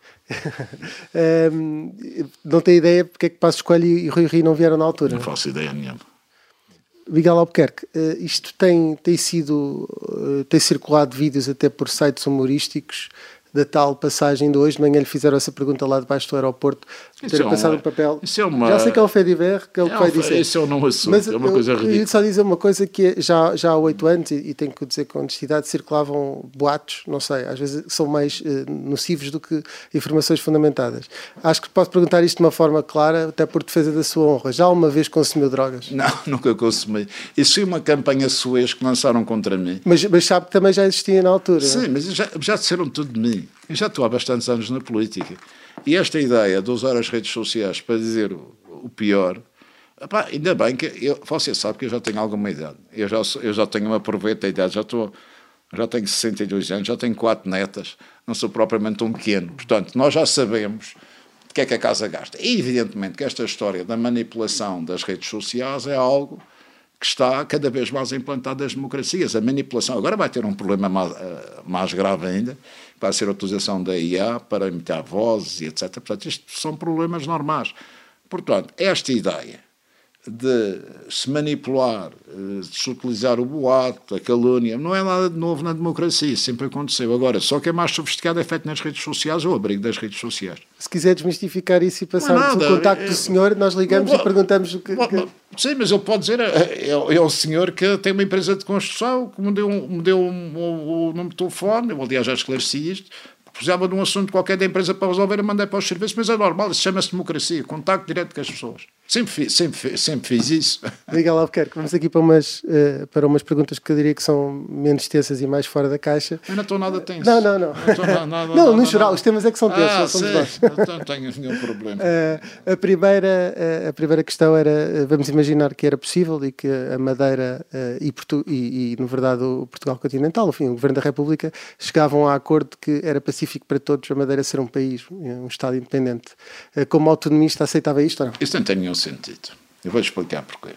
um, não tem ideia porque é que Passos Coelho e Rui Rio não vieram na altura? Não faço ideia nenhuma. Miguel Albuquerque, uh, isto tem, tem sido, uh, tem circulado vídeos até por sites humorísticos da tal passagem de hoje. De manhã lhe fizeram essa pergunta lá debaixo do aeroporto, ter é passado um papel. Isso é uma, já sei que é um Fediver, que é o que é vai um, dizer. Isso eu não assumo, mas é uma eu, coisa ridícula. Eu só dizer uma coisa que é, já, já há oito anos, e, e tenho que dizer com honestidade, circulavam boatos, não sei, às vezes são mais uh, nocivos do que informações fundamentadas. Acho que posso perguntar isto de uma forma clara, até por defesa da sua honra. Já uma vez consumiu drogas? Não, nunca consumi. Isso foi uma campanha suez que lançaram contra mim. Mas, mas sabe que também já existia na altura? Sim, não? mas já, já disseram tudo de mim. Eu já estou há bastantes anos na política. E esta ideia de usar as redes sociais para dizer o, o pior, epá, ainda bem que eu, você sabe que eu já tenho alguma idade. Eu já, eu já tenho uma aproveita a idade, já, estou, já tenho sessenta e dois anos, já tenho quatro netas, não sou propriamente um pequeno. Portanto, nós já sabemos de que é que a casa gasta. E evidentemente que esta história da manipulação das redes sociais é algo que está cada vez mais implantado nas democracias. A manipulação agora vai ter um problema mais, uh, mais grave ainda, vai ser a utilização da I A para imitar vozes e etcétera. Portanto, isto são problemas normais. Portanto, esta ideia de se manipular, de se utilizar o boato, a calúnia, não é nada de novo na democracia, sempre aconteceu. Agora, só que é mais sofisticado é feito nas redes sociais ou ao abrigo das redes sociais. Se quiser desmistificar isso e passarmos o contacto do senhor, nós ligamos não, e perguntamos o que, que... Sim, mas ele pode dizer, é, é um senhor que tem uma empresa de construção, que me deu, me deu um, um, um número de telefone, eu aliás já esclareci isto, precisava de um assunto qualquer da empresa para resolver, eu mandei para os serviços, mas é normal, isso chama-se democracia, contacto direto com as pessoas. Sempre fiz, sempre, sempre fiz isso. Miguel Albuquerque, vamos aqui para umas, uh, para umas perguntas que eu diria que são menos tensas e mais fora da caixa. Eu não estou nada tenso. Não, não, não. Não, estou nada, nada, não nada, no geral, nada. Os temas é que são tensos, ah, não somos sim. nós. Então não tenho nenhum problema. Uh, a, primeira, uh, a primeira questão era, vamos imaginar que era possível e que a Madeira uh, e, Portu e, e, na verdade, o Portugal continental, enfim, o Governo da República, chegavam a acordo que era pacífico para todos a Madeira ser um país, um Estado independente. Uh, como autonomista, aceitava isto ou não? Isso não tem nenhum sentido. Eu vou explicar porquê.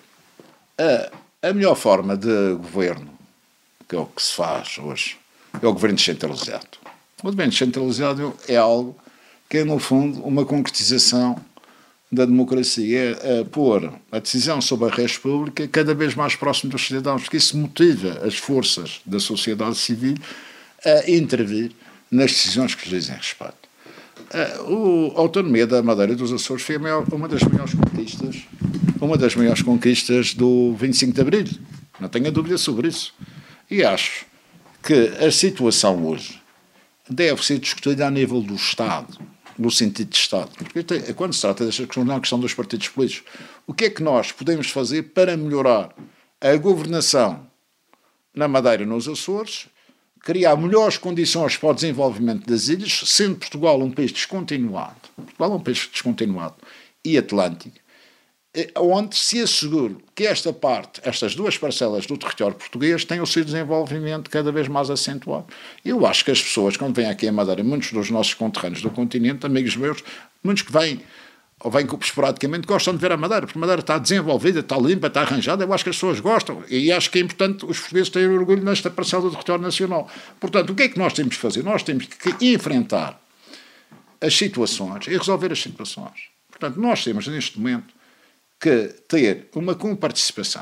A, a melhor forma de governo, que é o que se faz hoje, é o governo descentralizado. O governo descentralizado é algo que é, no fundo, uma concretização da democracia, é, é pôr a decisão sobre a res pública cada vez mais próximo dos cidadãos, porque isso motiva as forças da sociedade civil a intervir nas decisões que lhes dizem respeito. Uh, a autonomia da Madeira e dos Açores foi a maior, uma das maiores conquistas, uma das maiores conquistas do vinte e cinco de Abril. Não tenho dúvida sobre isso. E acho que a situação hoje deve ser discutida a nível do Estado, no sentido de Estado. Porque quando se trata desta questão, não é a questão dos partidos políticos. O que é que nós podemos fazer para melhorar a governação na Madeira e nos Açores, criar melhores condições para o desenvolvimento das ilhas, sendo Portugal um país descontinuado, Portugal é um país descontinuado e atlântico, onde se assegure que esta parte, estas duas parcelas do território português tenham o seu desenvolvimento cada vez mais acentuado. Eu acho que as pessoas, quando vêm aqui a Madeira, muitos dos nossos conterrâneos do continente, amigos meus, muitos que vêm ou vêm esporadicamente, gostam de ver a Madeira, porque a Madeira está desenvolvida, está limpa, está arranjada. Eu acho que as pessoas gostam e acho que é importante os portugueses terem orgulho nesta parcela do território nacional. Portanto, o que é que nós temos que fazer? Nós temos que enfrentar as situações e resolver as situações. Portanto, nós temos neste momento que ter uma comparticipação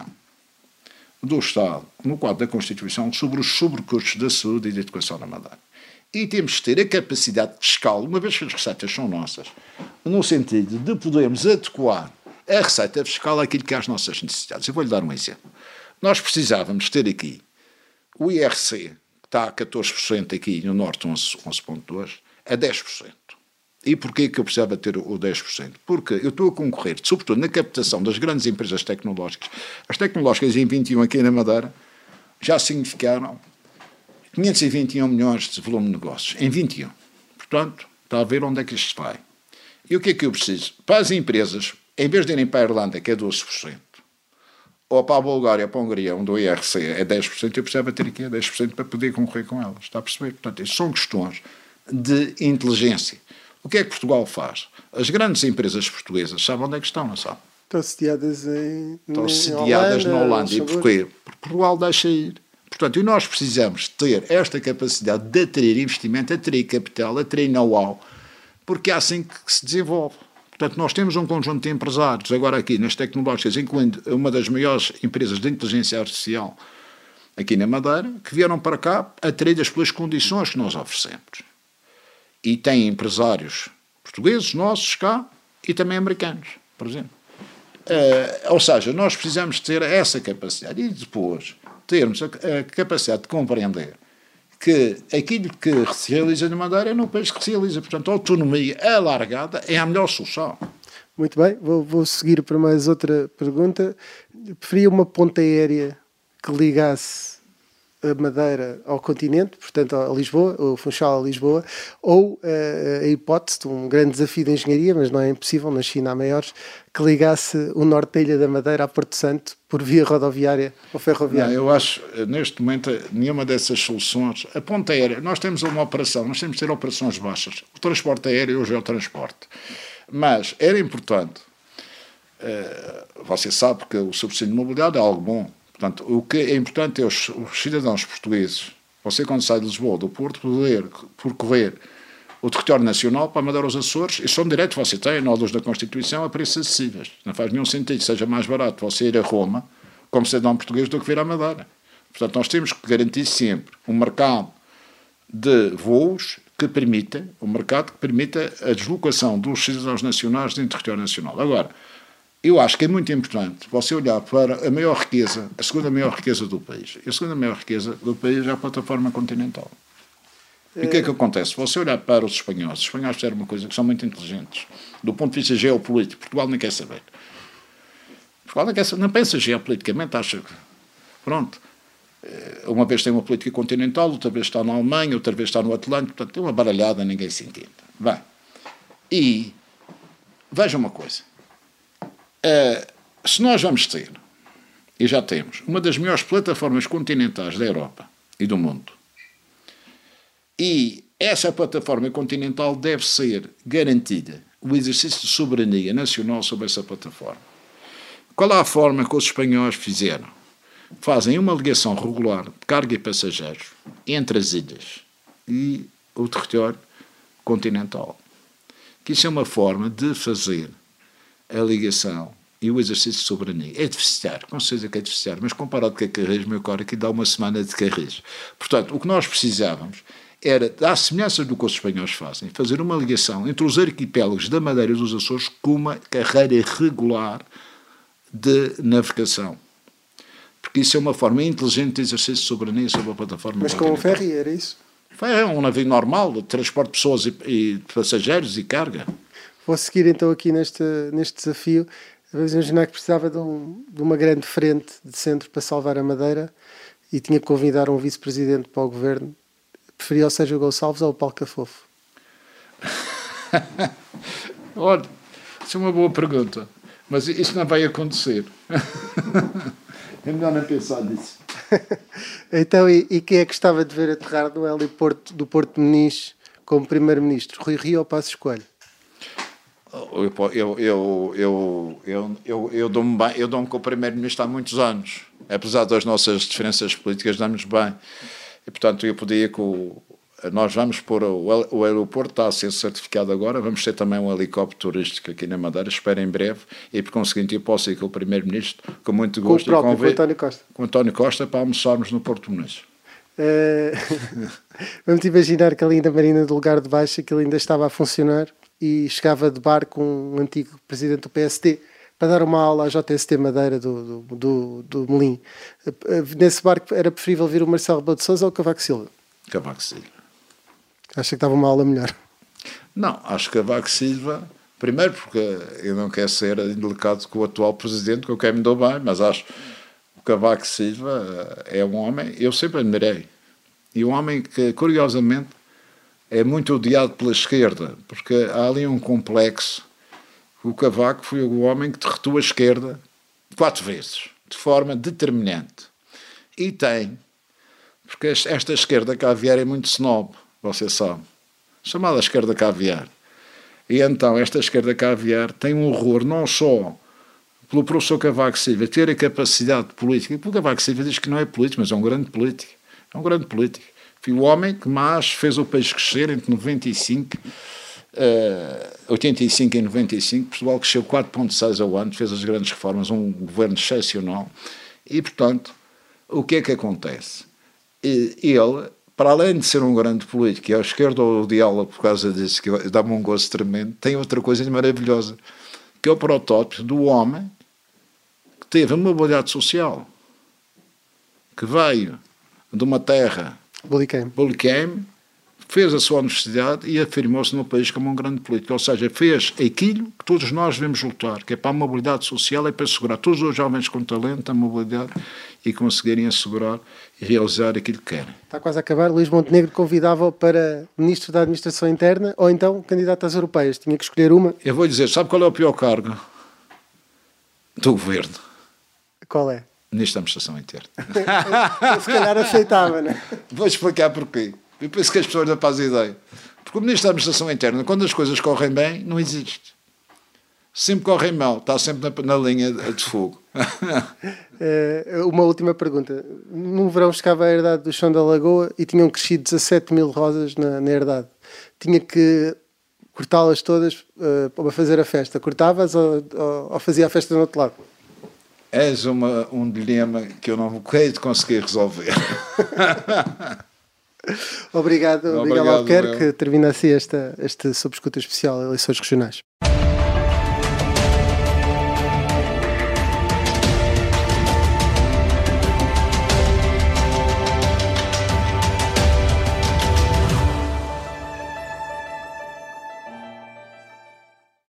do Estado no quadro da Constituição sobre os sobrecustos da saúde e da educação na Madeira. E temos que ter a capacidade fiscal, uma vez que as receitas são nossas, no sentido de podermos adequar a receita fiscal àquilo que é as nossas necessidades. Eu vou-lhe dar um exemplo. Nós precisávamos ter aqui o I R C, que está a catorze por cento aqui no Norte, onze vírgula dois por cento, a dez por cento. E porquê que eu precisava ter o dez por cento? Porque eu estou a concorrer, sobretudo na captação das grandes empresas tecnológicas. As tecnológicas em vinte e um aqui na Madeira já significaram quinhentos e vinte e um milhões de volume de negócios, em vinte e um. Portanto, está a ver onde é que isto vai. E o que é que eu preciso? Para as empresas, em vez de irem para a Irlanda, que é doze por cento, ou para a Bulgária, ou para a Hungria, onde o I R C é dez por cento, eu precisava ter aqui a dez por cento para poder concorrer com elas. Está a perceber? Portanto, isto são questões de inteligência. O que é que Portugal faz? As grandes empresas portuguesas sabem onde é que estão, não sabem? Estão sediadas em, estão sediadas na Holanda. E porquê? Porque Portugal deixa ir. Portanto, e nós precisamos ter esta capacidade de atrair investimento, atrair capital, atrair know-how, porque é assim que se desenvolve. Portanto, nós temos um conjunto de empresários, agora aqui nas tecnológicas, incluindo uma das maiores empresas de inteligência artificial aqui na Madeira, que vieram para cá atraídas pelas condições que nós oferecemos. E tem empresários portugueses, nossos cá, e também americanos, por exemplo. Uh, ou seja, nós precisamos ter essa capacidade e depois termos a, a capacidade de compreender que aquilo que se realiza na Madeira é no país que se realiza. Portanto, a autonomia alargada é a melhor solução. Muito bem, vou, vou seguir para mais outra pergunta. Preferia uma ponte aérea que ligasse a Madeira ao continente, portanto a Lisboa, o Funchal a Lisboa, ou uh, a hipótese de um grande desafio de engenharia, mas não é impossível, na China há maiores, que ligasse o norte da Ilha da Madeira a Porto Santo por via rodoviária ou ferroviária? Não, eu acho, neste momento, nenhuma dessas soluções. A ponte aérea, nós temos uma operação, nós temos de ter operações baixas. O transporte aéreo hoje é o transporte. Mas era importante, uh, você sabe que o subsídio de mobilidade é algo bom. Portanto, o que é importante é os, os cidadãos portugueses, você quando sai de Lisboa, do Porto, poder percorrer o território nacional para Madeira aos Açores, e são direito você tem, na luz da Constituição, a preços acessíveis. Não faz nenhum sentido, seja mais barato você ir a Roma, como cidadão português, do que vir à Madeira. Portanto, nós temos que garantir sempre um mercado de voos que permita, um mercado que permita a deslocação dos cidadãos nacionais dentro do território nacional. Agora, eu acho que é muito importante você olhar para a maior riqueza, a segunda maior riqueza do país. E a segunda maior riqueza do país é a plataforma continental. E o que é que acontece? Você olhar para os espanhóis, os espanhóis fizeram uma coisa que são muito inteligentes. Do ponto de vista geopolítico, Portugal nem quer saber. Portugal não, quer saber, não pensa geopoliticamente, acha que, pronto, uma vez tem uma política continental, outra vez está na Alemanha, outra vez está no Atlântico, portanto tem uma baralhada, ninguém se entende. Bem, e veja uma coisa. Uh, se nós vamos ter, e já temos, uma das maiores plataformas continentais da Europa e do mundo, e essa plataforma continental deve ser garantida o exercício de soberania nacional sobre essa plataforma. Qual é a forma que os espanhóis fizeram? Fazem uma ligação regular de carga e passageiros entre as ilhas e o território continental. que isso é uma forma de fazer a ligação e o exercício de soberania. É deficitário, com certeza que é deficitário, mas comparado com a Carris, meu caro, aqui dá uma semana de Carris. Portanto, o que nós precisávamos era, à semelhança do que os espanhóis fazem, fazer uma ligação entre os arquipélagos da Madeira e dos Açores com uma carreira regular de navegação. Porque isso é uma forma inteligente de exercício de soberania sobre a plataforma. Mas com o ferry, era isso? É um navio normal, de transporte de pessoas e, e passageiros e carga. Vou seguir então aqui neste, neste desafio. Vamos imaginar que precisava de, um, de uma grande frente de centro para salvar a Madeira e tinha que convidar um vice-presidente para o governo. Preferia o Sérgio Gonçalves ou o Paulo Cafofo? Olha, isso é uma boa pergunta, mas isso não vai acontecer. É melhor não pensar nisso. Então, e, e quem é que gostava de ver aterrar no heliporto do Porto de Meniz como primeiro-ministro? Rui Rio ou Passos Coelho? Eu, eu, eu, eu, eu, eu, eu dou-me bem, eu dou-me com o primeiro-ministro há muitos anos. Apesar das nossas diferenças políticas, damos bem. E, portanto, eu podia que o, nós vamos pôr o, o aeroporto, está a ser certificado agora, vamos ter também um helicóptero turístico aqui na Madeira, espero em breve, e por conseguinte eu posso ir com o primeiro-ministro, com muito gosto, com o próprio, e conv... com António Costa. Com António Costa, para almoçarmos no Porto de Muniz. Uh, vamos imaginar que ali na Marina do Lugar de Baixo aquilo ainda estava a funcionar e chegava de barco um antigo presidente do P S D para dar uma aula à J S T Madeira do, do, do, do Melim. Nesse barco era preferível vir o Marcelo Rebelo de Sousa ou o Cavaco Silva? Cavaco Silva. Acha que estava uma aula melhor? Não, acho que Cavaco Silva, primeiro porque eu não quero ser indelicado com o atual presidente, que eu quero me dou bem, mas acho que o Cavaco Silva é um homem, eu sempre admirei, e um homem que, curiosamente, é muito odiado pela esquerda, porque há ali um complexo. O Cavaco foi o homem que derretou a esquerda quatro vezes, de forma determinante. E tem, porque esta esquerda caviar é muito snob, você sabe, chamada esquerda caviar. E então esta esquerda caviar tem um horror não só pelo professor Cavaco Silva ter a capacidade política, porque o Cavaco Silva diz que não é político, mas é um grande político, é um grande político. Foi o homem que mais fez o país crescer entre noventa e cinco, uh, oitenta e cinco e noventa e cinco. Portugal cresceu quatro vírgula seis ao ano, fez as grandes reformas, um governo excepcional. E, portanto, o que é que acontece? Ele, para além de ser um grande político, e à esquerda ou o diálogo por causa disso, que dá-me um gosto tremendo, tem outra coisa maravilhosa, que é o protótipo do homem que teve a mobilidade social, que veio de uma terra Bulicame. Bulicame, fez a sua universidade e afirmou-se no país como um grande político, ou seja, fez aquilo que todos nós devemos lutar, que é para a mobilidade social, é para assegurar todos os jovens com talento a mobilidade e conseguirem assegurar e realizar aquilo que querem. Está quase a acabar. Luís Montenegro convidava-o para Ministro da Administração Interna ou então candidato às europeias. Tinha que escolher uma. Eu vou dizer, sabe qual é o pior cargo do governo? Qual é? Ministro da Administração Interna. Eu, se calhar aceitava, não é? Vou explicar porquê. Eu penso que as pessoas não fazem ideia. Porque o Ministro da Administração Interna, quando as coisas correm bem, não existe. Sempre correm mal, está sempre na, na linha de fogo. Uh, uma última pergunta. No verão chegava a herdade do chão da Lagoa e tinham crescido dezassete mil rosas na, na herdade. Tinha que cortá-las todas uh, para fazer a festa. Cortava-as ou, ou, ou fazia a festa no outro lado? És uma, um dilema que eu não creio de conseguir resolver. Obrigado, Obrigado, Miguel Albuquerque, que termina assim esta, este Sob Escuta especial Eleições Regionais.